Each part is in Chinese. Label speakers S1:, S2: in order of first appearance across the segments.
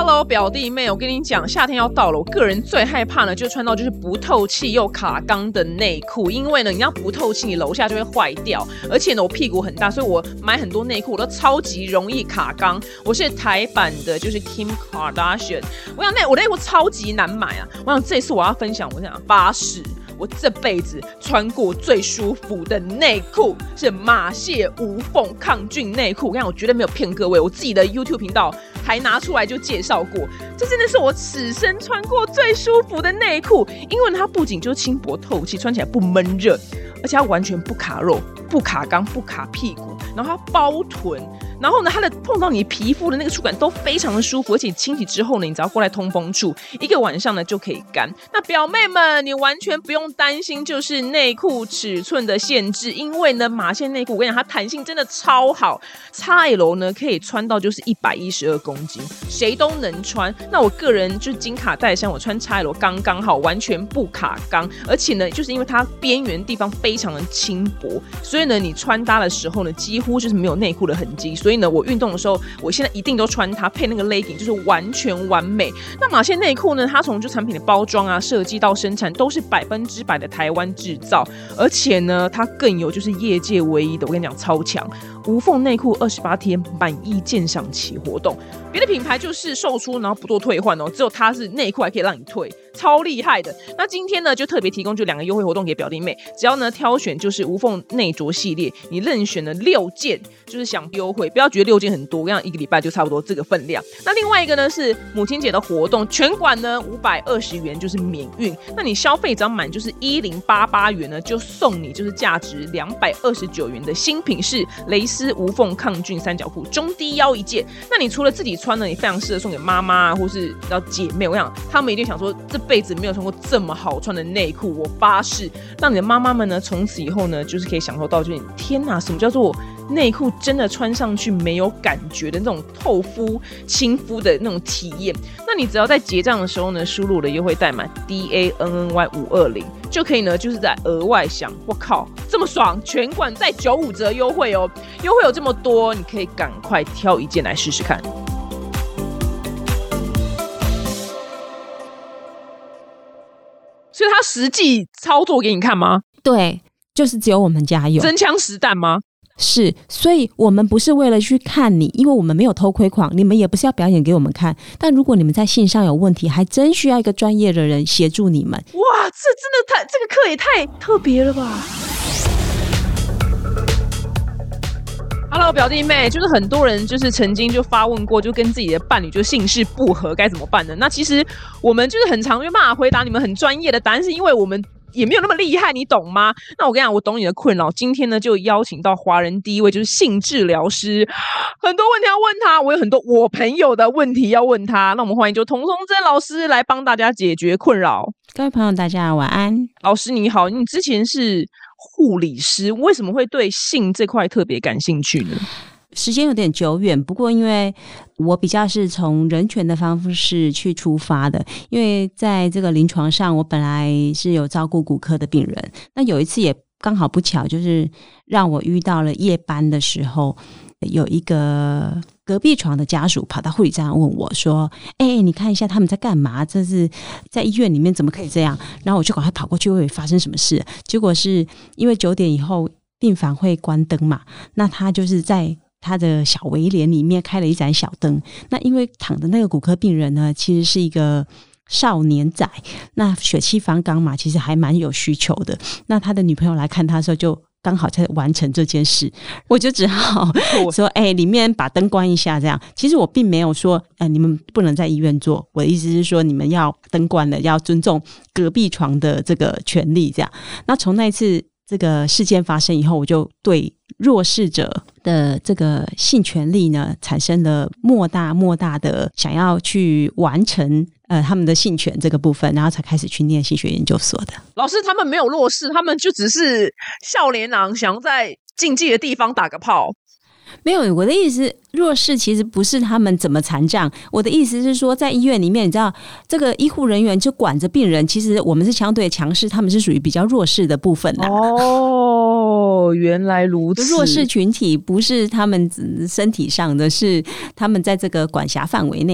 S1: Hello 表弟妹，我跟你讲，夏天要到了，我个人最害怕呢，就穿到就是不透气又卡裆的内裤，因为呢，你要不透气，你楼下就会坏掉，而且呢，我屁股很大，所以我买很多内裤，我都超级容易卡裆。我是台版的，就是 Kim Kardashian。我想我内裤超级难买啊！我想这次我要分享，我想发誓。我这辈子穿过最舒服的内裤是马蟹无缝抗菌内裤，我绝对没有骗各位，我自己的 YouTube 频道还拿出来就介绍过，这真的是我此生穿过最舒服的内裤，因为它不仅就轻薄透气，穿起来不闷热，而且它完全不卡肉、不卡裆、不卡屁股，然后它包臀，然后呢，它的碰到你皮肤的那个触感都非常的舒服，而且清洗之后呢，你只要挂在通风处，一个晚上呢就可以干。那表妹们，你完全不用担心就是内裤尺寸的限制，因为呢，马蟹内裤我跟你讲，它弹性真的超好 ，XL 呢可以穿到就是112公斤，谁都能穿。那我个人就是金卡戴珊，我穿 XL 刚刚好，完全不卡裆，而且呢，就是因为它边缘地方非常的轻薄，所以呢，你穿搭的时候呢，几乎就是没有内裤的痕迹，所以呢，我运动的时候，我现在一定都穿它，配那个 legging 就是完全完美。那马蟹内裤呢，它从就产品的包装啊、设计到生产都是100%的台湾制造，而且呢，它更有就是业界唯一的，我跟你讲超强无缝内裤28天满意鉴赏期活动。别的品牌就是售出然后不做退换哦，只有它是内裤还可以让你退，超厉害的。那今天呢就特别提供就2个优惠活动给表弟妹，只要呢挑选就是无缝内着系列，你任选了6件就是享优惠，不要觉得6件很多，我跟你讲1个礼拜就差不多这个分量。那另外一个呢是母亲节的活动，全馆呢520元就是免运，那你消费只要满就是1088元呢，就送你就是价值229元的新品是蕾丝无缝抗菌三角裤，中低腰一件。那你除了自己穿呢，你非常适合送给妈妈或是姐妹，我想他们一定想说这辈子没有穿过这么好穿的内裤，我发誓让你的妈妈们呢从此以后呢就是可以享受到就是天哪，什么叫做内裤真的穿上去没有感觉的那种透肤亲肤的那种体验。那你只要在结账的时候呢输入了优惠代码 DANNY520 就可以呢就是在额外享，我靠这么爽，全馆在95折优惠哦，优惠有这么多，你可以赶快挑一件来试试看。所以他实际操作给你看吗？
S2: 对，就是只有我们家有
S1: 真枪实弹吗？
S2: 是，所以我们不是为了去看你，因为我们没有偷窥狂，你们也不是要表演给我们看，但如果你们在性上有问题，还真需要一个专业的人协助你们。
S1: 哇，这真的这个课也太特别了吧。Hello 表弟妹，就是很多人就是曾经就发问过，就跟自己的伴侣就性事不合该怎么办呢？那其实我们就是很常没办法回答你们很专业的答案，是因为我们也没有那么厉害，你懂吗？那我跟你讲，我懂你的困扰。今天呢，就邀请到华人第一位就是性治疗师，很多问题要问他，我有很多我朋友的问题要问他。那我们欢迎就童童真老师来帮大家解决困扰。
S2: 各位朋友，大家晚安。
S1: 老师你好，你之前是护理师，为什么会对性这块特别感兴趣呢？
S2: 时间有点久远，不过因为我比较是从人权的方式去出发的，因为在这个临床上，我本来是有照顾骨科的病人，那有一次也刚好不巧，就是让我遇到了夜班的时候，有一个隔壁床的家属跑到护理站问我说：“你看一下他们在干嘛？这是在医院里面怎么可以这样？”然后我就赶快跑过去，以为发生什么事，结果是因为9点以后病房会关灯嘛，那他就是在他的小围帘里面开了一盏小灯，那因为躺的那个骨科病人呢，其实是一个少年仔，那血气方刚嘛，其实还蛮有需求的。那他的女朋友来看他的时候，就刚好在完成这件事，我就只好说里面把灯关一下这样。其实我并没有说你们不能在医院做，我的意思是说你们要灯关了，要尊重隔壁床的这个权利这样。那从那一次这个事件发生以后，我就对弱势者的这个性权利呢产生了莫大的想要去完成他们的性权这个部分，然后才开始去念性学研究所的。
S1: 老师他们没有弱势，他们就只是少年郎想要在禁忌的地方打个炮。
S2: 没有，我的意思弱势其实不是他们怎么残障，我的意思是说在医院里面，你知道这个医护人员就管着病人，其实我们是相对强势，他们是属于比较弱势的部分啦。
S1: 哦，原来如此。
S2: 弱势群体不是他们身体上的，是他们在这个管辖范围内的。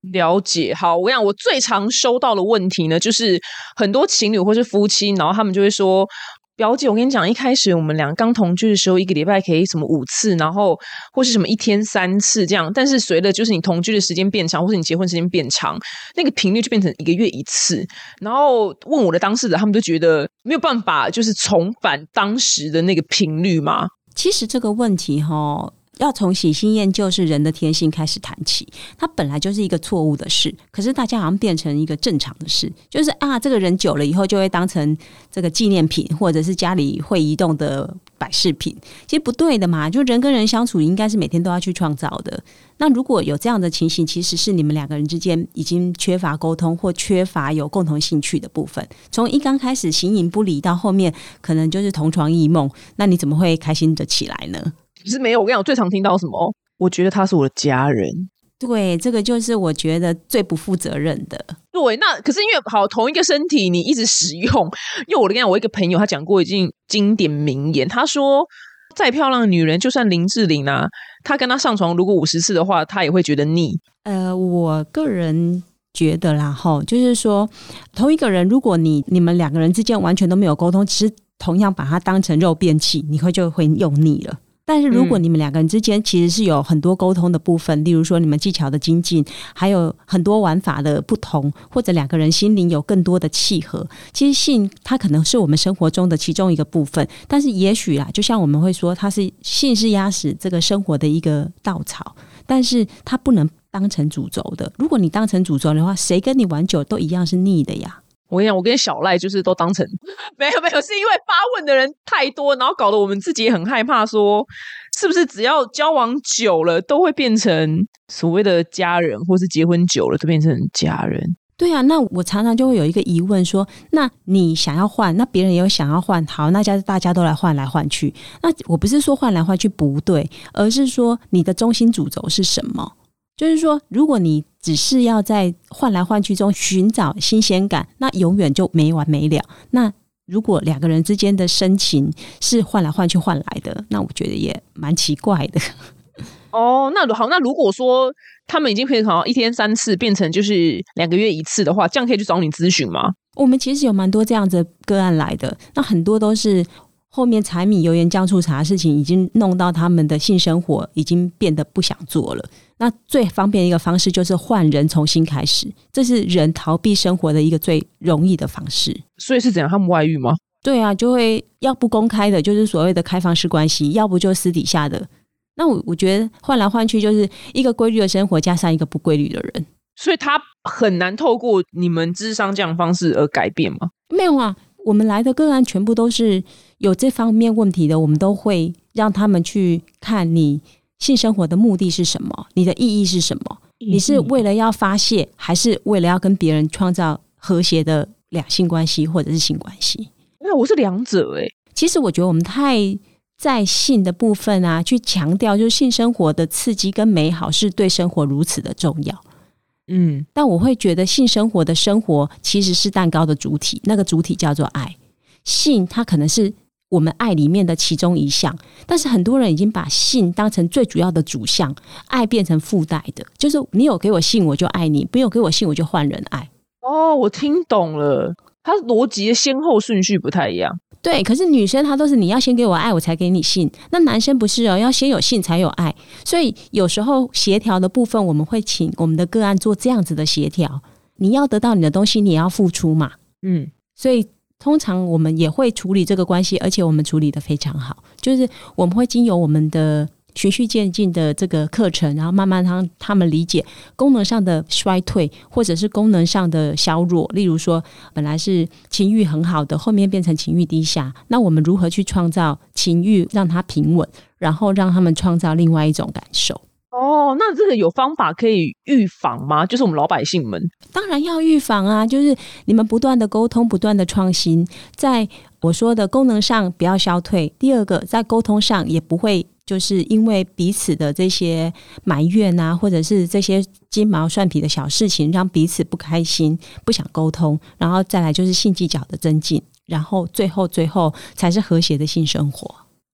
S1: 了解。好，我跟你讲，我最常收到的问题呢，就是很多情侣或是夫妻，然后他们就会说，表姐，我跟你讲，一开始我们俩刚同居的时候，一个礼拜可以什么5次，然后或是什么1天3次这样，但是随着就是你同居的时间变长，或是你结婚时间变长，那个频率就变成1个月1次。然后问我的当事者，他们就觉得没有办法，就是重返当时的那个频率嘛。
S2: 其实这个问题要从喜新厌旧是人的天性开始谈起，它本来就是一个错误的事，可是大家好像变成一个正常的事，就是这个人久了以后就会当成这个纪念品，或者是家里会移动的摆饰品，其实不对的嘛，就人跟人相处应该是每天都要去创造的。那如果有这样的情形，其实是你们两个人之间已经缺乏沟通，或缺乏有共同兴趣的部分，从一刚开始形影不离到后面可能就是同床异梦，那你怎么会开心的起来呢？
S1: 其实没有，我跟你讲，我最常听到什么？我觉得他是我的家人。
S2: 对，这个就是我觉得最不负责任的。
S1: 对，那可是因为好同一个身体你一直使用，因为我跟你讲，我一个朋友他讲过一句经典名言，他说再漂亮的女人，就算林志玲啊，她跟她上床如果50次的话，她也会觉得腻。
S2: 我个人觉得啦就是说同一个人，如果你们两个人之间完全都没有沟通，只是同样把它当成肉便器，你就会用腻了。但是如果你们两个人之间其实是有很多沟通的部分，例如说你们技巧的精进，还有很多玩法的不同，或者两个人心灵有更多的契合，其实性它可能是我们生活中的其中一个部分，但是也许就像我们会说性是压死这个生活的一个稻草，但是它不能当成主轴的。如果你当成主轴的话，谁跟你玩久都一样是腻的呀。
S1: 我跟你讲，我跟小赖就是都当成没有，是因为发问的人太多，然后搞得我们自己也很害怕说是不是只要交往久了都会变成所谓的家人，或是结婚久了都变成家人。
S2: 对啊，那我常常就会有一个疑问说，那你想要换，那别人也有想要换，好，那大家都来换来换去，那我不是说换来换去不对，而是说你的中心主轴是什么。就是说如果你只是要在换来换去中寻找新鲜感，那永远就没完没了。那如果两个人之间的深情是换来换去换来的，那我觉得也蛮奇怪的。
S1: 那好，那如果说他们已经可以1天3次变成就是2个月1次的话，这样可以去找你咨询吗？
S2: 我们其实有蛮多这样子的个案来的，那很多都是后面柴米油盐酱醋茶的事情已经弄到他们的性生活已经变得不想做了，那最方便的一个方式就是换人重新开始，这是人逃避生活的一个最容易的方式。
S1: 所以是怎样，他们外遇吗？
S2: 对啊，就会要不公开的就是所谓的开放式关系，要不就私底下的。那我觉得换来换去就是一个规律的生活加上一个不规律的人，
S1: 所以他很难透过你们諮商这样的方式而改变吗？
S2: 没有啊，我们来的个案全部都是有这方面问题的，我们都会让他们去看你性生活的目的是什么，你的意义是什么，你是为了要发泄，还是为了要跟别人创造和谐的两性关系或者是性关系？
S1: 那我是两者欸。
S2: 其实我觉得我们太在性的部分去强调就是性生活的刺激跟美好是对生活如此的重要。但我会觉得性生活的生活其实是蛋糕的主体，那个主体叫做爱。性它可能是我们爱里面的其中一项，但是很多人已经把性当成最主要的主项，爱变成附带的，就是你有给我性我就爱你，没有给我性我就换人爱。
S1: 我听懂了，它逻辑的先后顺序不太一样。
S2: 对，可是女生她都是你要先给我爱我才给你性，那男生不是要先有性才有爱，所以有时候协调的部分我们会请我们的个案做这样子的协调，你要得到你的东西你也要付出嘛。所以通常我们也会处理这个关系，而且我们处理得非常好，就是我们会经由我们的循序渐进的这个课程，然后慢慢让他们理解功能上的衰退或者是功能上的削弱，例如说本来是情欲很好的，后面变成情欲低下，那我们如何去创造情欲让它平稳，然后让他们创造另外一种感受。
S1: 那这个有方法可以预防吗？就是我们老百姓们
S2: 当然要预防啊，就是你们不断的沟通，不断的创新，在我说的功能上不要消退，第二个在沟通上也不会就是因为彼此的这些埋怨啊，或者是这些鸡毛蒜皮的小事情让彼此不开心不想沟通，然后再来就是性技巧的增进，然后最后才是和谐的性生活。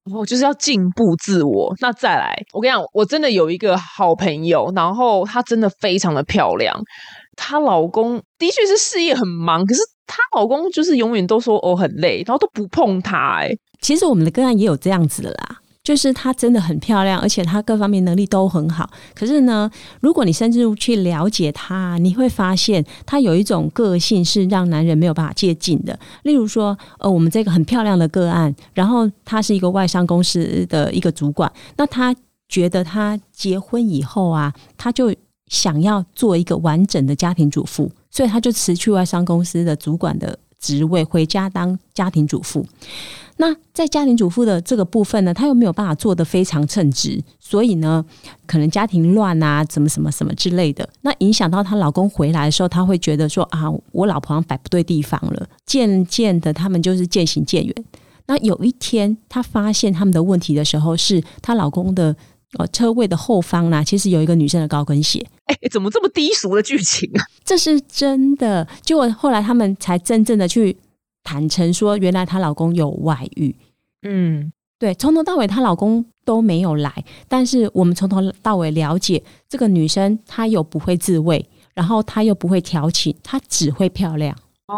S1: 就是要进步自我。那再来，我跟你讲，我真的有一个好朋友，然后她真的非常的漂亮，她老公的确是事业很忙，可是她老公就是永远都说很累，然后都不碰她。
S2: 其实我们的个案也有这样子的啦，就是她真的很漂亮，而且她各方面能力都很好。可是呢，如果你深入去了解她，你会发现她有一种个性是让男人没有办法接近的。例如说，我们这个很漂亮的个案，然后她是一个外商公司的一个主管，那她觉得她结婚以后啊，她就想要做一个完整的家庭主妇，所以她就辞去外商公司的主管的职位，回家当家庭主妇。那在家庭主妇的这个部分呢，她又没有办法做得非常称职，所以呢，可能家庭乱啊，什么什么什么之类的，那影响到她老公回来的时候，她会觉得说啊，我老婆好像摆不对地方了。渐渐的，他们就是渐行渐远。那有一天，她发现他们的问题的时候，是她老公的车位的后方啦，其实有一个女生的高跟鞋。
S1: 怎么这么低俗的剧情啊？
S2: 这是真的。结果后来他们才真正的去坦诚说，原来她老公有外遇。对，从头到尾她老公都没有来，但是我们从头到尾了解这个女生，她又不会自慰，然后她又不会调情，她只会漂亮。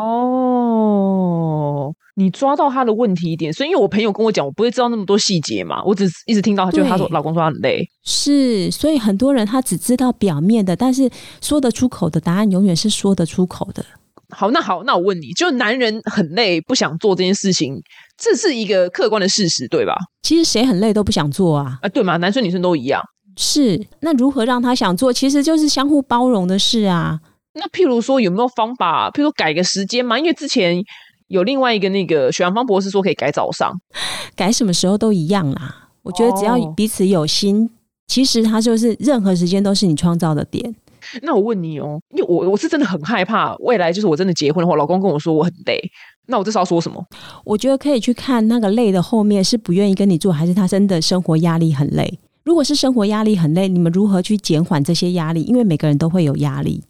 S1: 你抓到她的问题点，所以因为我朋友跟我讲，我不会知道那么多细节嘛，我只一直听到就是她说老公说她很累。
S2: 是，所以很多人他只知道表面的，但是说得出口的答案永远是说得出口的。
S1: 好，那我问你，就男人很累不想做这件事情，这是一个客观的事实对吧？
S2: 其实谁很累都不想做啊。
S1: 对嘛，男生女生都一样。是，
S2: 那如何让他想做，其实就是相互包容的事啊。
S1: 那譬如说有没有方法，譬如说改个时间嘛？因为之前有另外一个那个许阳芳博士说可以改早上，
S2: 改什么时候都一样啦。我觉得只要彼此有心，其实它就是任何时间都是你创造的点。
S1: 那我问你因为我是真的很害怕未来就是我真的结婚的话，老公跟我说我很累，那我这是要说什么？
S2: 我觉得可以去看那个累的后面是不愿意跟你做，还是他真的生活压力很累。如果是生活压力很累，你们如何去减缓这些压力？因为每个人都会有压力，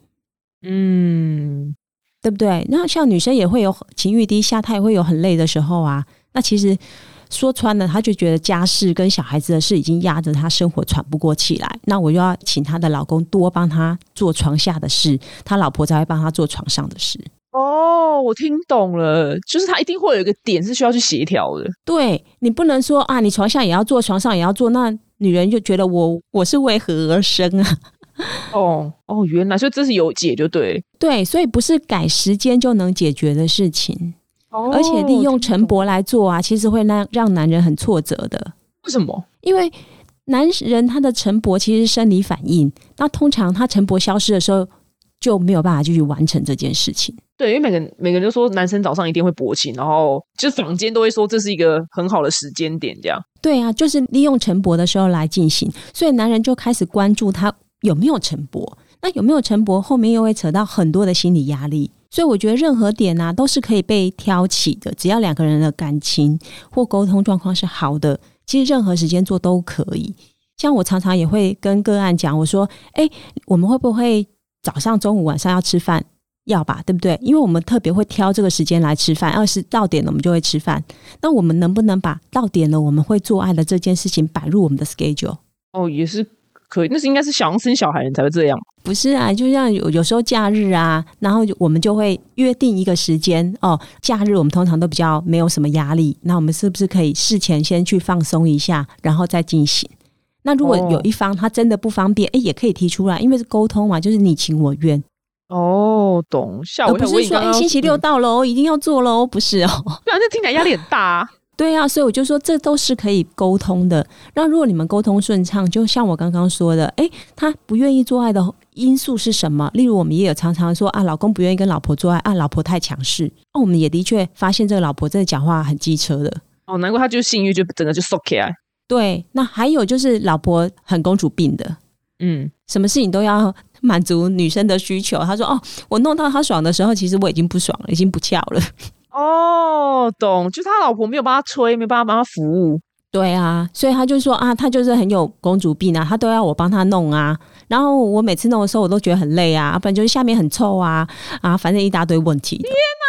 S2: 对不对？那像女生也会有情欲低下，她也会有很累的时候啊。那其实说穿了，她就觉得家事跟小孩子的事已经压着她生活喘不过气来，那我又要请她的老公多帮她做床下的事，她老婆才会帮她做床上的事。
S1: 我听懂了，就是他一定会有一个点是需要去协调的。
S2: 对，你不能说啊，你床下也要做，床上也要做，那女人就觉得我是为何而生啊？
S1: 原来所以这是有解就对。
S2: 对，所以不是改时间就能解决的事情。而且利用晨勃来做啊，其实会让男人很挫折的。
S1: 为什么？因
S2: 为男人他的晨勃其实是生理反应，那通常他晨勃消失的时候就没有办法继续完成这件事情。
S1: 对，因为每个人都说男生早上一定会勃起，然后就是坊间都会说这是一个很好的时间点这样。
S2: 对啊，就是利用晨勃的时候来进行，所以男人就开始关注他有没有晨勃。那有没有晨勃后面又会扯到很多的心理压力，所以我觉得任何点啊都是可以被挑起的，只要两个人的感情或沟通状况是好的，其实任何时间做都可以。像我常常也会跟个案讲，我说我们会不会早上中午晚上要吃饭？要吧，对不对？因为我们特别会挑这个时间来吃饭，要是到点了我们就会吃饭，那我们能不能把到点了我们会做爱的这件事情摆入我们的 schedule？
S1: 也是可以，那是应该是想要生小孩人才会这样。
S2: 不是啊，就像有时候假日啊，然后我们就会约定一个时间假日我们通常都比较没有什么压力，那我们是不是可以事前先去放松一下，然后再进行？那如果有一方他真的不方便，也可以提出来，因为是沟通嘛，就是你情我愿。
S1: 懂。吓我一跳，
S2: 不是说星期六到了一定要做咯，不是
S1: 对啊，这听起来压力很大啊。
S2: 对啊，所以我就说这都是可以沟通的。那如果你们沟通顺畅，就像我刚刚说的，他不愿意做爱的因素是什么？例如我们也有常常说啊，老公不愿意跟老婆做爱老婆太强势。我们也的确发现这个老婆真的讲话很机车的。
S1: 难怪他就性欲就整个就收起来。
S2: 对，那还有就是老婆很公主病的，什么事情都要满足女生的需求。他说我弄到他爽的时候，其实我已经不爽了，已经不翘了。
S1: 懂，就是他老婆没有帮他吹，没有办法帮他服务。
S2: 对啊，所以他就说他就是很有公主病啊，他都要我帮他弄啊，然后我每次弄的时候我都觉得很累啊，不然就是下面很臭啊，反正一大堆问题的。
S1: 天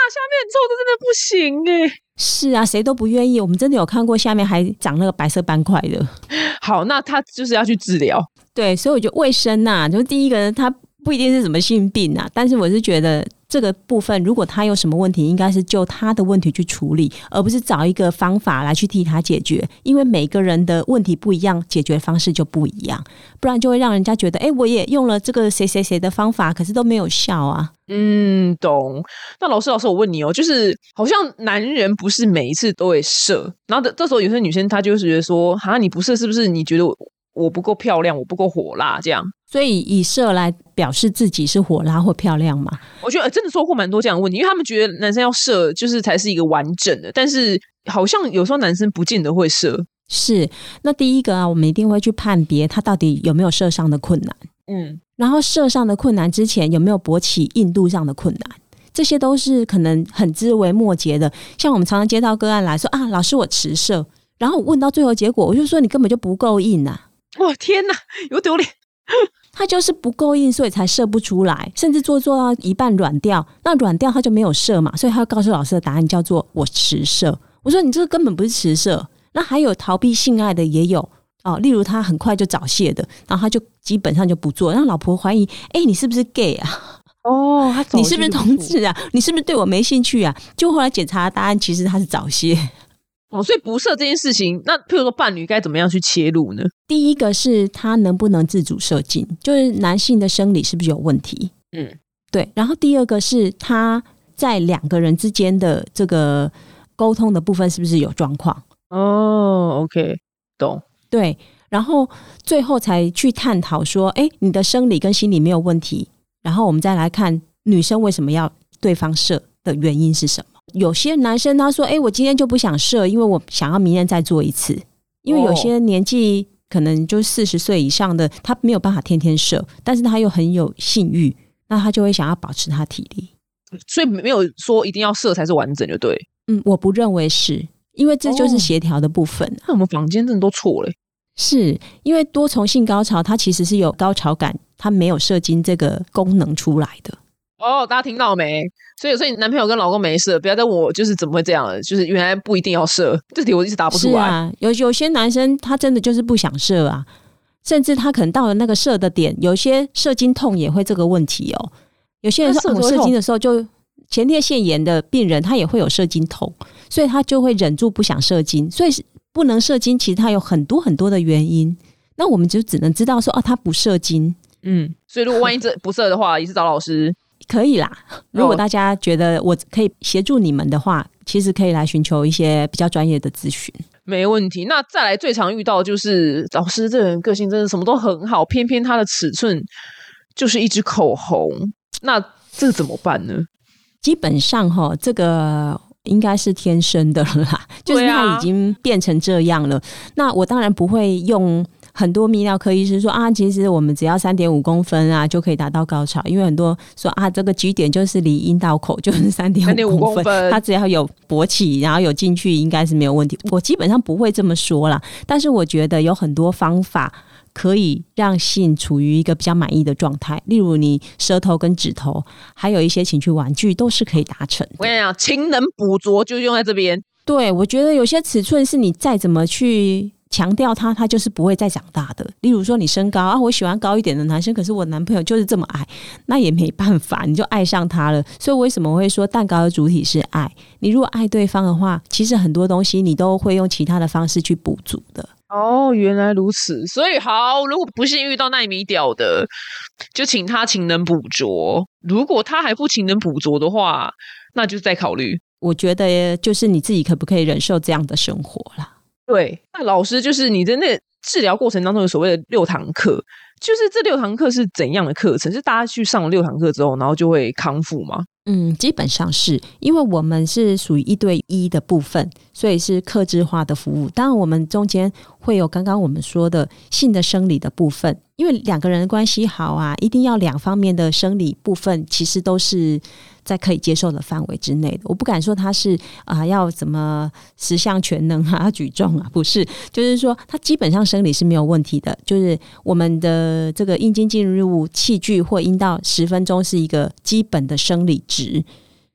S1: 下面很臭，这真的不行欸。
S2: 是啊，谁都不愿意。我们真的有看过下面还长那个白色斑块的。
S1: 好，那他就是要去治疗。
S2: 对，所以我觉得卫生啊，就第一个它不一定是什么性病啊，但是我是觉得这个部分如果他有什么问题，应该是就他的问题去处理，而不是找一个方法来去替他解决，因为每个人的问题不一样，解决方式就不一样，不然就会让人家觉得我也用了这个谁谁谁的方法，可是都没有效啊。
S1: 懂。那老师，我问你就是好像男人不是每一次都会射，然后这时候有些女生她就是觉得说，你不射是不是你觉得我不够漂亮，我不够火辣这样？
S2: 所以以射来表示自己是火辣或漂亮嘛？
S1: 我觉得真的收获蛮多这样的问题，因为他们觉得男生要射就是才是一个完整的，但是好像有时候男生不见得会射。
S2: 是，那第一个啊，我们一定会去判别他到底有没有射上的困难，然后射上的困难之前有没有勃起硬度上的困难，这些都是可能很枝微末节的。像我们常常接到个案来说老师我迟射，然后我问到最后结果，我就说你根本就不够硬啊！
S1: 哇天哪，有丢脸！
S2: 他就是不够硬，所以才射不出来，甚至做到一半软掉，那软掉他就没有射嘛，所以他要告诉老师的答案叫做我迟射。我说你这个根本不是迟射。那还有逃避性爱的也有例如他很快就早泄的，然后他就基本上就不做，让老婆怀疑你是不是 gay 啊？
S1: 他
S2: 你是不是同志啊？你是不是对我没兴趣啊？就后来检查的答案其实他是早泄。
S1: 所以不射这件事情，那譬如说伴侣该怎么样去切入呢？
S2: 第一个是他能不能自主射精，就是男性的生理是不是有问题？对。然后第二个是他在两个人之间的这个沟通的部分是不是有状况
S1: ？OK， 懂。
S2: 对，然后最后才去探讨说，你的生理跟心理没有问题，然后我们再来看女生为什么要对方射的原因是什么。有些男生他说我今天就不想射，因为我想要明天再做一次。因为有些年纪可能就40岁以上的，他没有办法天天射，但是他又很有性欲，那他就会想要保持他体力。
S1: 所以没有说一定要射才是完整就对。
S2: 我不认为是，因为这就是协调的部分。
S1: 那我们坊间真的都错了。
S2: 是因为多重性高潮它其实是有高潮感，它没有射精这个功能出来的。
S1: 大家听到没？所以男朋友跟老公没射，不要再问我就是怎么会这样了，就是原来不一定要射，这题我一直答不出来。是
S2: 啊，有些男生他真的就是不想射啊，甚至他可能到了那个射的点，有些射精痛也会这个问题哦。有些人说我射精的时候就前列腺炎的病人他也会有射精痛，所以他就会忍住不想射精，所以不能射精其实他有很多很多的原因，那我们就只能知道说他不射精。
S1: 所以如果万一这不射的话也是找老师
S2: 可以啦。如果大家觉得我可以协助你们的话，其实可以来寻求一些比较专业的咨询。
S1: 没问题。那再来最常遇到就是老师这人个性真的什么都很好，偏偏他的尺寸就是一支口红，那这怎么办呢？
S2: 基本上这个应该是天生的了啦，就是他已经变成这样了。那我当然不会用很多泌尿科医师说其实我们只要3.5公分就可以达到高潮，因为很多说这个G点就是离阴道口就是3.5公分，它只要有勃起然后有进去应该是没有问题。我基本上不会这么说啦，但是我觉得有很多方法可以让性处于一个比较满意的状态，例如你舌头跟指头还有一些情趣玩具都是可以达成的。
S1: 我跟你讲，勤能补拙就用在这边。
S2: 对，我觉得有些尺寸是你再怎么去强调它就是不会再长大的。例如说你身高我喜欢高一点的男生，可是我男朋友就是这么矮，那也没办法，你就爱上他了。所以为什么会说蛋糕的主体是爱？你如果爱对方的话，其实很多东西你都会用其他的方式去补足的。
S1: 原来如此。所以好，如果不幸遇到奈米屌的，就请他勤能补拙。如果他还不勤能补拙的话，那就再考虑。
S2: 我觉得就是你自己可不可以忍受这样的生活啦。
S1: 对，那老师就是你的那个治疗过程当中有所谓的6堂课，就是这6堂课是怎样的课程？是大家去上了6堂课之后然后就会康复吗？
S2: 基本上是因为我们是属于1对1的部分，所以是客制化的服务。当然我们中间会有刚刚我们说的性的生理的部分，因为两个人的关系好一定要2方面的生理部分其实都是在可以接受的范围之内的。我不敢说他是要怎么10项全能举重不是，就是说他基本上生理是没有问题的，就是我们的这个阴茎进入器具或阴道10分钟是一个基本的生理值。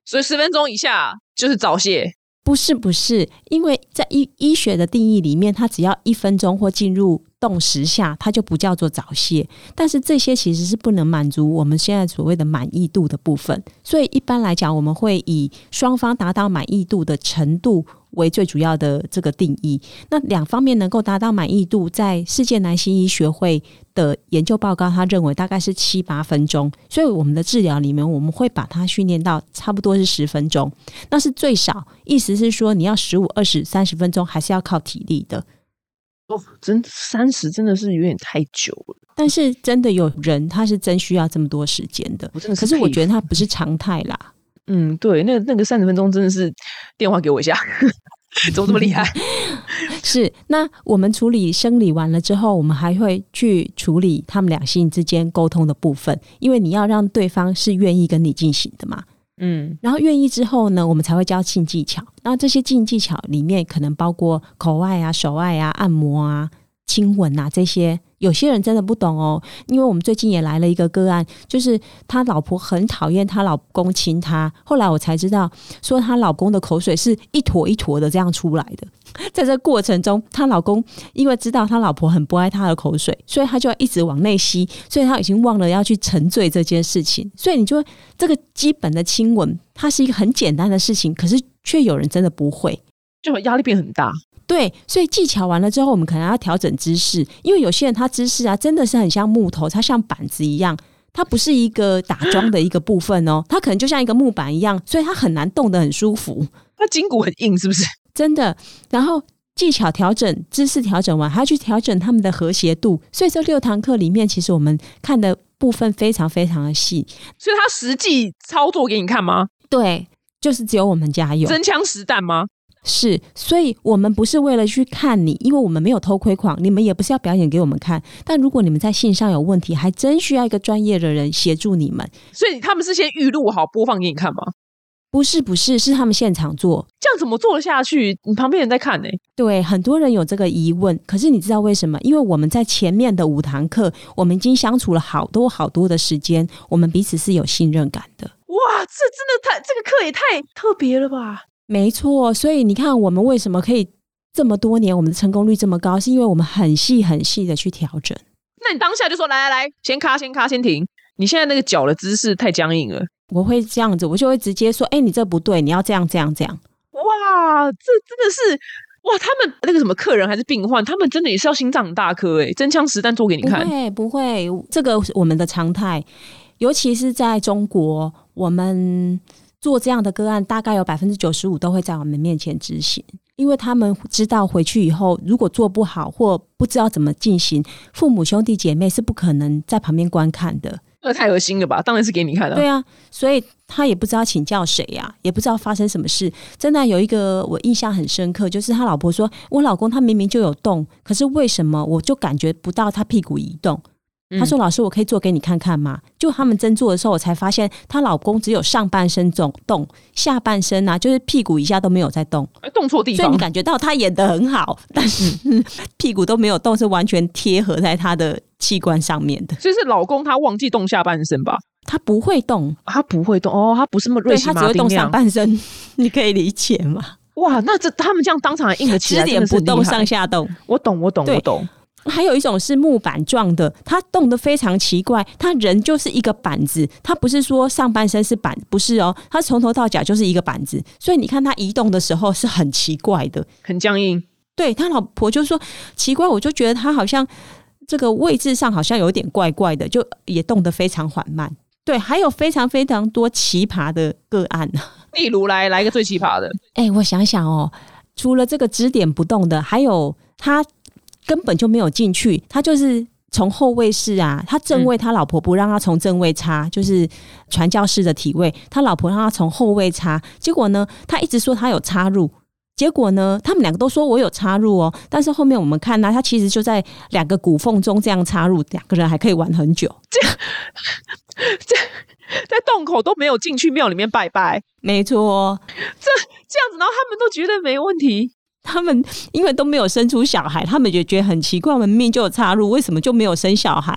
S1: 所以10分钟以下就是早泄。
S3: 不是，因为在医学的定义里面，它只要1分钟或进入动10下，它就不叫做早泄。但是这些其实是不能满足我们现在所谓的满意度的部分，所以一般来讲，我们会以双方达到满意度的程度为最主要的这个定义。那2方面能够达到满意度，在世界男性医学会的研究报告，他认为大概是7-8分钟，所以我们的治疗里面，我们会把它训练到差不多是10分钟，那是最少，意思是说你要15、20、30分钟还是要靠体力的。
S1: 真30真的是有点太久了。
S3: 但是真的有人他是真需要这么多时间的，可是我觉得他不是常态啦。
S1: 对，那个30分钟真的是电话给我一下怎么这么厉害
S3: 是，那我们处理生理完了之后，我们还会去处理他们两性之间沟通的部分，因为你要让对方是愿意跟你进行的嘛。然后愿意之后呢，我们才会教性技巧。那这些性技巧里面可能包括口爱啊、手爱啊、按摩啊、亲吻啊这些。有些人真的不懂哦，因为我们最近也来了一个个案，就是他老婆很讨厌他老公亲他，后来我才知道说他老公的口水是一坨一坨的这样出来的。在这过程中，他老公因为知道他老婆很不爱他的口水，所以他就要一直往内吸，所以他已经忘了要去沉醉这件事情。所以你就这个基本的亲吻，它是一个很简单的事情，可是却有人真的不会，
S1: 就压力变很大。
S3: 对，所以技巧完了之后，我们可能要调整姿势，因为有些人他姿势啊，真的是很像木头，它像板子一样，它不是一个打桩的一个部分哦，它可能就像一个木板一样，所以它很难动得很舒服。
S1: 它筋骨很硬，是不是？真
S3: 的。然后技巧调整、姿势调整完，还要去调整他们的和谐度。所以这6堂课里面，其实我们看的部分非常非常的细。
S1: 所以他实际操作给你看吗？
S3: 对，就是只有我们家有。
S1: 真枪实弹吗？
S3: 是，所以我们不是为了去看你，因为我们没有偷窥狂，你们也不是要表演给我们看。但如果你们在性上有问题，还真需要一个专业的人协助你们。
S1: 所以他们是先预录好播放给你看吗？
S3: 不是，是他们现场做。
S1: 这样怎么做得下去？你旁边人在看呢？
S3: 对，很多人有这个疑问。可是你知道为什么？因为我们在前面的5堂课，我们已经相处了好多的时间，我们彼此是有信任感的。
S1: 哇，这真的这个课也太特别了吧？
S3: 没错，所以你看我们为什么可以这么多年我们的成功率这么高，是因为我们很细的去调整。
S1: 那你当下就说来，先咔先停，你现在那个脚的姿势太僵硬了。
S3: 我会这样子，我就会直接说你这不对，你要这样。哇，这真
S1: 的是哇，他们那个什么客人还是病患，他们真的也是要心脏很大颗真枪实弹做给你看。
S3: 不会，这个我们的常态，尤其是在中国，我们做这样的个案大概有 95% 都会在我们面前执行，因为他们知道回去以后如果做不好或不知道怎么进行，父母兄弟姐妹是不可能在旁边观看的。
S1: 那太恶心了吧，当然是给你看的。
S3: 对啊，所以他也不知道请教谁啊，也不知道发生什么事。真的有一个我印象很深刻，就是他老婆说我老公他明明就有动，可是为什么我就感觉不到他屁股移动。他说老师我可以做给你看看吗？就他们真做的时候，我才发现她老公只有上半身动，下半身啊就是屁股以下都没有在动，
S1: 动错地方。
S3: 所以你感觉到他演得很好，但是屁股都没有动，是完全贴合在他的器官上面的。
S1: 所以是老公他忘记动下半身吧？
S3: 他不会动，
S1: 他不会动哦，他不是那么瑞奇马丁那样，
S3: 他只会动上半身，你可以理解吗？
S1: 哇，那他们这样当场硬得起来，
S3: 支点不动，上下动。
S1: 我懂。
S3: 还有一种是木板状的，它动得非常奇怪，它人就是一个板子，它不是说上半身是板，不是哦，它从头到脚就是一个板子，所以你看它移动的时候是很奇怪的，
S1: 很僵硬。
S3: 对，他老婆就说奇怪，我就觉得他好像这个位置上好像有点怪怪的，就也动得非常缓慢。对，还有非常非常多奇葩的个案。
S1: 例如来一个最奇葩的。
S3: 我想想哦，除了这个支点不动的，还有他根本就没有进去，他就是从后位室啊，他正位他老婆不让他从正位插，就是传教士的体位，他老婆让他从后位插，结果呢他一直说他有插入，结果呢他们2个都说我有插入哦，但是后面我们看他其实就在2个骨缝中这样插入，2个人还可以玩很久，
S1: 这在洞口都没有进去庙里面拜拜。
S3: 没错，
S1: 这样子，然后他们都觉得没问题。
S3: 他们因为都没有生出小孩，他们就觉得很奇怪，我们明明就有插入，为什么就没有生小孩？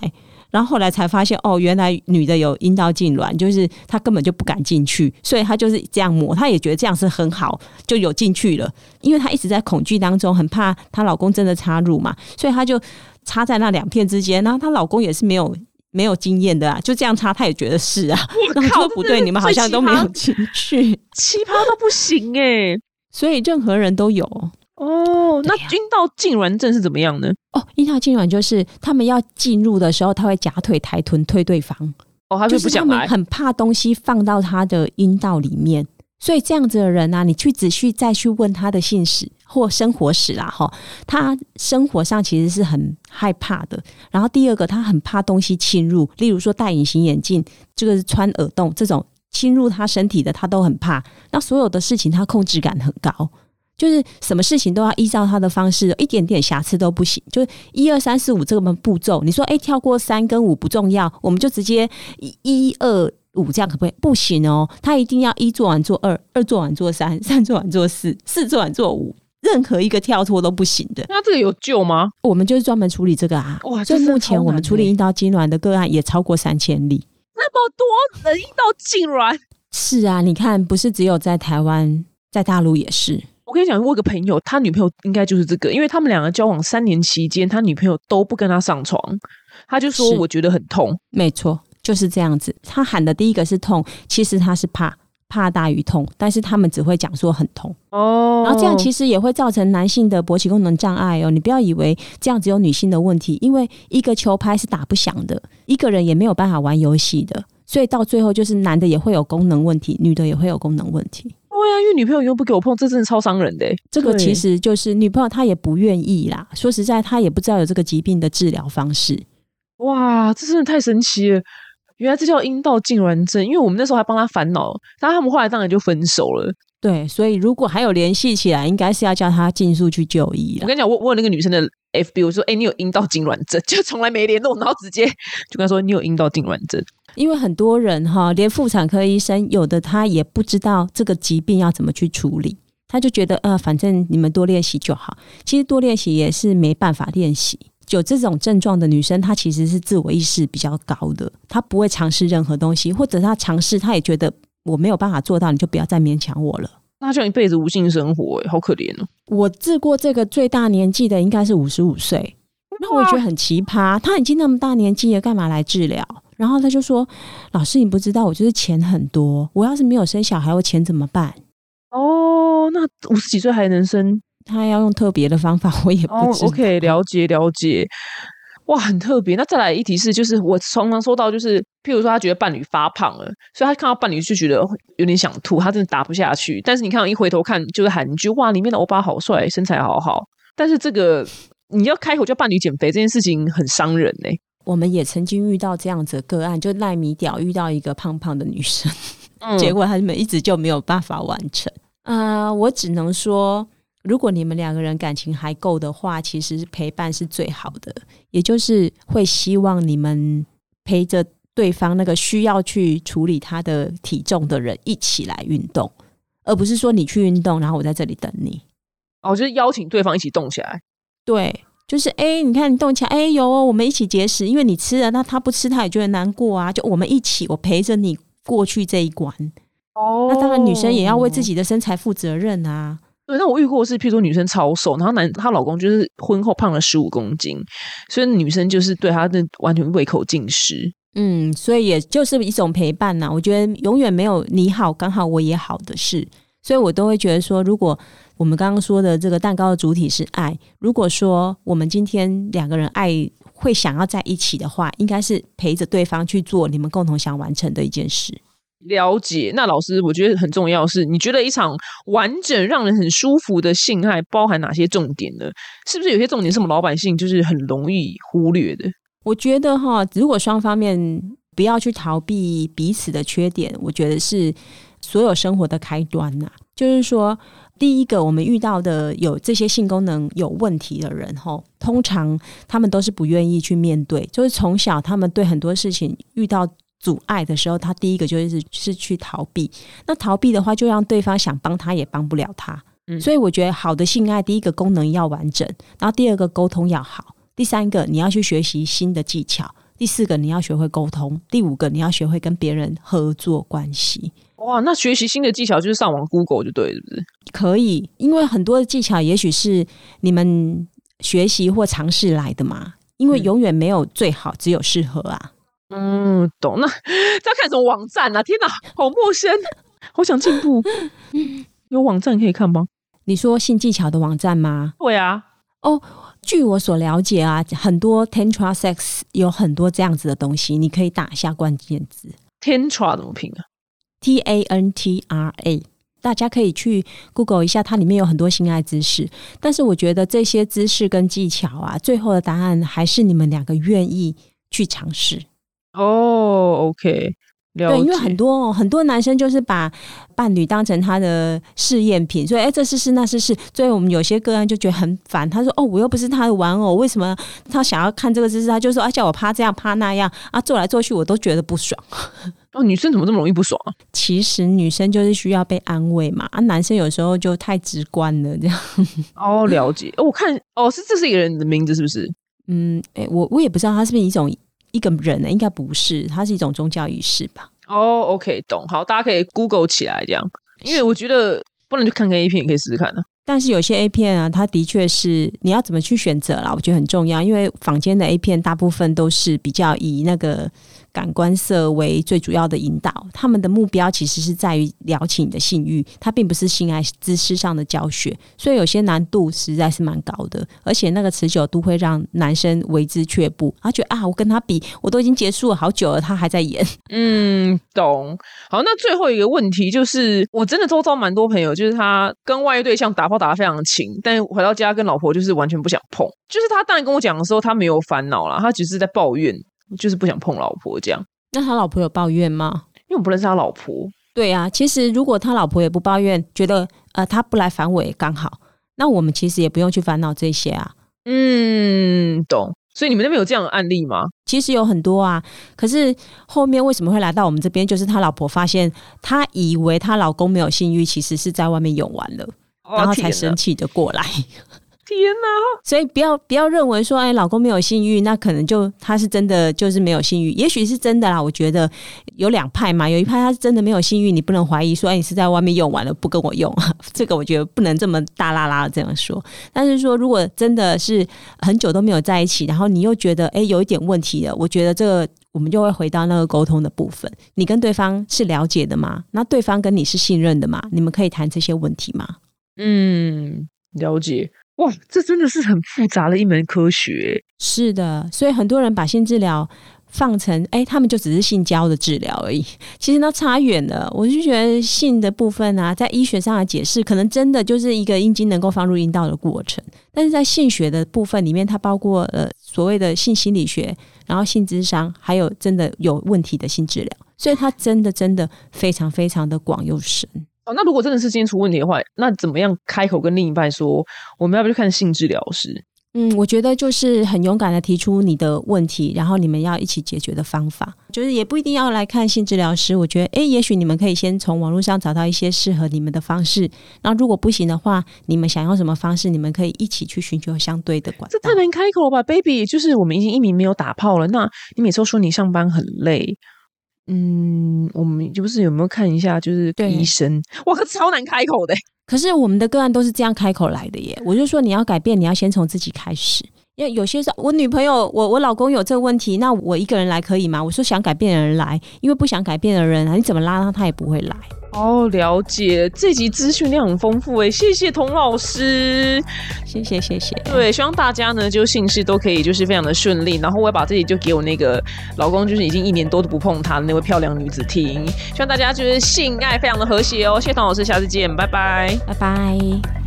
S3: 然后后来才发现原来女的有阴道痉挛，就是她根本就不敢进去，所以她就是这样抹，她也觉得这样是很好，就有进去了。因为她一直在恐惧当中，很怕她老公真的插入嘛，所以她就插在那2片之间。然后她老公也是没有经验的啊，就这样插，她也觉得是啊。然后说不对，你们好像都没有进去，
S1: 奇葩到不行欸。
S3: 所以任何人都有。
S1: 那阴道痉挛症是怎么样呢？
S3: 阴道痉挛就是他们要进入的时候，他会夹腿抬臀推对方。
S1: 他就不想来，
S3: 就是他们很怕东西放到他的阴道里面，所以这样子的人啊，你去仔细再去问他的性史或生活史啦，他生活上其实是很害怕的。然后第二个，他很怕东西侵入，例如说戴隐形眼镜，这个是穿耳洞，这种侵入他身体的他都很怕。那所有的事情他控制感很高，就是什么事情都要依照他的方式，一点点瑕疵都不行。就1、2、3、4、5这个步骤，你说跳过3跟5不重要，我们就直接1、2、5这样可不可以？不行哦，他一定要1做完做2， 2做完做3， 3做完做4， 4做完做5，任何一个跳脱都不行的。
S1: 那这个有救吗？
S3: 我们就是专门处理这个啊。所以目前我们处理阴道痉挛的个案也超过3000例。
S1: 那么多人阴道痉挛？
S3: 是啊，你看不是只有在台湾，在大陆也是。
S1: 我跟你讲，我有个朋友，他女朋友应该就是这个，因为他们2个交往3年期间，他女朋友都不跟他上床，他就说我觉得很痛。
S3: 没错，就是这样子。他喊的第一个是痛，其实他是怕大于痛，但是他们只会讲说很痛。然后这样其实也会造成男性的勃起功能障碍哦。你不要以为这样只有女性的问题，因为一个球拍是打不响的，一个人也没有办法玩游戏的，所以到最后就是男的也会有功能问题，女的也会有功能问题。
S1: 对啊，因为女朋友又不给我碰，这真的超伤人的。
S3: 这个其实就是女朋友她也不愿意啦，说实在她也不知道有这个疾病的治疗方式。
S1: 哇，这真的太神奇了，原来这叫阴道痉挛症。因为我们那时候还帮他烦恼，但他们后来当然就分手了。
S3: 对，所以如果还有联系起来，应该是要叫他尽速去就医了。
S1: 我跟你讲，我问那个女生的 FB， 我说你有阴道痉挛症，就从来没联络，然后直接就跟他说你有阴道痉挛症。
S3: 因为很多人连妇产科医生有的他也不知道这个疾病要怎么去处理，他就觉得反正你们多练习就好。其实多练习也是没办法练习。有这种症状的女生，她其实是自我意识比较高的，她不会尝试任何东西，或者她尝试她也觉得我没有办法做到，你就不要再勉强我了。
S1: 那这样一辈子无性生活好可怜哦。
S3: 我治过这个最大年纪的应该是55岁，那我也觉得很奇葩，他已经那么大年纪了，干嘛来治疗？然后他就说：“老师，你不知道，我就是钱很多，我要是没有生小孩，我钱怎么办？”
S1: 那50几岁还能生？
S3: 他要用特别的方法，我也不知道。
S1: OK， 了解。哇，很特别。那再来一题是，就是我常常说到，就是譬如说他觉得伴侣发胖了，所以他看到伴侣就觉得有点想吐，他真的打不下去。但是你看，一回头看就是喊一句：“哇，里面的欧巴好帅，身材好好。”但是这个你要开口叫伴侣减肥这件事情很伤人欸。
S3: 我们也曾经遇到这样子的个案，就奈米屌遇到一个胖胖的女生，结果他们一直就没有办法完成。我只能说，如果你们2个人感情还够的话，其实陪伴是最好的，也就是会希望你们陪着对方那个需要去处理他的体重的人一起来运动，而不是说你去运动，然后我在这里等你。
S1: 就是邀请对方一起动起来。
S3: 对，就是你看你动起来，有我们一起节食，因为你吃了，那他不吃他也觉得难过啊，就我们一起，我陪着你过去这一关。那当然女生也要为自己的身材负责任啊。
S1: 对，那我遇过是譬如说女生超瘦，然后她老公就是婚后胖了15公斤，所以女生就是对她的完全胃口尽失。
S3: 所以也就是一种陪伴啊。我觉得永远没有你好刚好我也好的事，所以我都会觉得说，如果我们刚刚说的这个蛋糕的主体是爱，如果说我们今天2个人爱会想要在一起的话，应该是陪着对方去做你们共同想完成的一件事。
S1: 了解。那老师，我觉得很重要的是，你觉得一场完整让人很舒服的性爱包含哪些重点呢？是不是有些重点是我们老百姓就是很容易忽略的？
S3: 我觉得如果双方面不要去逃避彼此的缺点，我觉得是所有生活的开端啊。就是说，第一个我们遇到的有这些性功能有问题的人通常他们都是不愿意去面对，就是从小他们对很多事情遇到阻碍的时候，他第一个就是去逃避。那逃避的话，就让对方想帮他也帮不了他。所以我觉得好的性爱，第一个功能要完整，然后第二个沟通要好，第三个你要去学习新的技巧， 第4个你要学会沟通，第5个你要学会跟别人合作关系。
S1: 哇，那学习新的技巧就是上网 Google 就对了，是不是？
S3: 可以，因为很多的技巧也许是你们学习或尝试来的嘛，因为永远没有最好，只有适合啊。
S1: 懂。那这要看什么网站啊？天哪，好陌生，好想进步。有网站可以看吗？
S3: 你说性技巧的网站吗？
S1: 对啊。
S3: 据我所了解啊，很多 Tantra Sex 有很多这样子的东西，你可以打一下关键字。
S1: Tantra 怎么拼啊？
S3: TANTRA， 大家可以去 Google 一下，它里面有很多性爱姿势。但是我觉得这些姿势跟技巧啊，最后的答案还是你们2个愿意去尝试。
S1: OK， 了解。
S3: 对，因为很多男生就是把伴侣当成他的试验品，所以这试试那试试，所以我们有些个案就觉得很烦。他说我又不是他的玩偶，为什么他想要看这个姿势，他就说叫我趴这样趴那样啊，做来做去我都觉得不爽。
S1: 女生怎么这么容易不爽啊？
S3: 其实女生就是需要被安慰嘛，男生有时候就太直观了这样。
S1: 了解。我看这是一个人的名字是不是？
S3: 我也不知道他是不是一个人呢，应该不是，它是一种宗教仪式吧。
S1: OK， 懂。好，大家可以 Google 起来这样，因为我觉得不能去看 A 片，也可以试试看啊。
S3: 但是有些 A 片啊，它的确是你要怎么去选择啦，我觉得很重要，因为坊间的 A 片大部分都是比较以那个感官色为最主要的引导，他们的目标其实是在于撩起你的性欲，它并不是性爱知识上的教学，所以有些难度实在是蛮高的，而且那个持久度会让男生为之却步，他觉得我跟他比我都已经结束了好久了，他还在演。
S1: 懂。好，那最后一个问题就是，我真的周遭蛮多朋友，就是他跟外遇对象打炮打得非常勤，但回到家跟老婆就是完全不想碰，就是他当然跟我讲的时候他没有烦恼啦，他只是在抱怨，就是不想碰老婆这样。
S3: 那他老婆有抱怨吗？
S1: 因为我不认识他老婆。
S3: 对啊，其实如果他老婆也不抱怨，觉得他不来烦我也刚好，那我们其实也不用去烦恼这些啊。
S1: 懂。所以你们那边有这样的案例吗？
S3: 其实有很多啊，可是后面为什么会来到我们这边，就是他老婆发现他以为他老公没有性欲，其实是在外面用完了，然后才生气的过来。
S1: 天哪！
S3: 所以不要认为说老公没有性欲，那可能他是真的就是没有性欲，也许是真的啦。我觉得有2派嘛，有一派他是真的没有性欲，你不能怀疑说你是在外面用完了不跟我用，这个我觉得不能这么大啦啦的这样说。但是说如果真的是很久都没有在一起，然后你又觉得有一点问题了，我觉得这个我们就会回到那个沟通的部分，你跟对方是了解的吗？那对方跟你是信任的吗？你们可以谈这些问题吗？
S1: 了解。哇，这真的是很复杂的一门科学。
S3: 是的，所以很多人把性治疗放成他们就只是性交的治疗而已，其实那差远了。我就觉得性的部分啊，在医学上的解释可能真的就是一个阴茎能够放入阴道的过程，但是在性学的部分里面，它包括所谓的性心理学，然后性諮商，还有真的有问题的性治疗，所以它真的非常非常的广又深。
S1: 那如果真的是今天出问题的话，那怎么样开口跟另一半说我们要不要去看性治疗师？
S3: 我觉得就是很勇敢的提出你的问题，然后你们要一起解决的方法，就是也不一定要来看性治疗师。我觉得也许你们可以先从网络上找到一些适合你们的方式，然后如果不行的话，你们想用什么方式，你们可以一起去寻求相对的管道。
S1: 这太难开口了吧 baby， 就是我们已经1年没有打炮了，那你每次都说你上班很累，我们就是有没有看一下就是医生？哇，可超难开口的。
S3: 可是我们的个案都是这样开口来的耶。我就说你要改变，你要先从自己开始。因为有些时候我女朋友我老公有这个问题，那我一个人来可以吗？我说想改变的人来，因为不想改变的人你怎么拉他也不会来。
S1: 了解。这集资讯量很丰富谢谢童老师。
S3: 谢谢。
S1: 对，希望大家呢就性事都可以就是非常的顺利，然后我也把这集就给我那个老公，就是已经1年多都不碰他的那位漂亮女子听，希望大家就是性爱非常的和谐谢谢童老师，下次见，拜拜。
S3: 拜拜。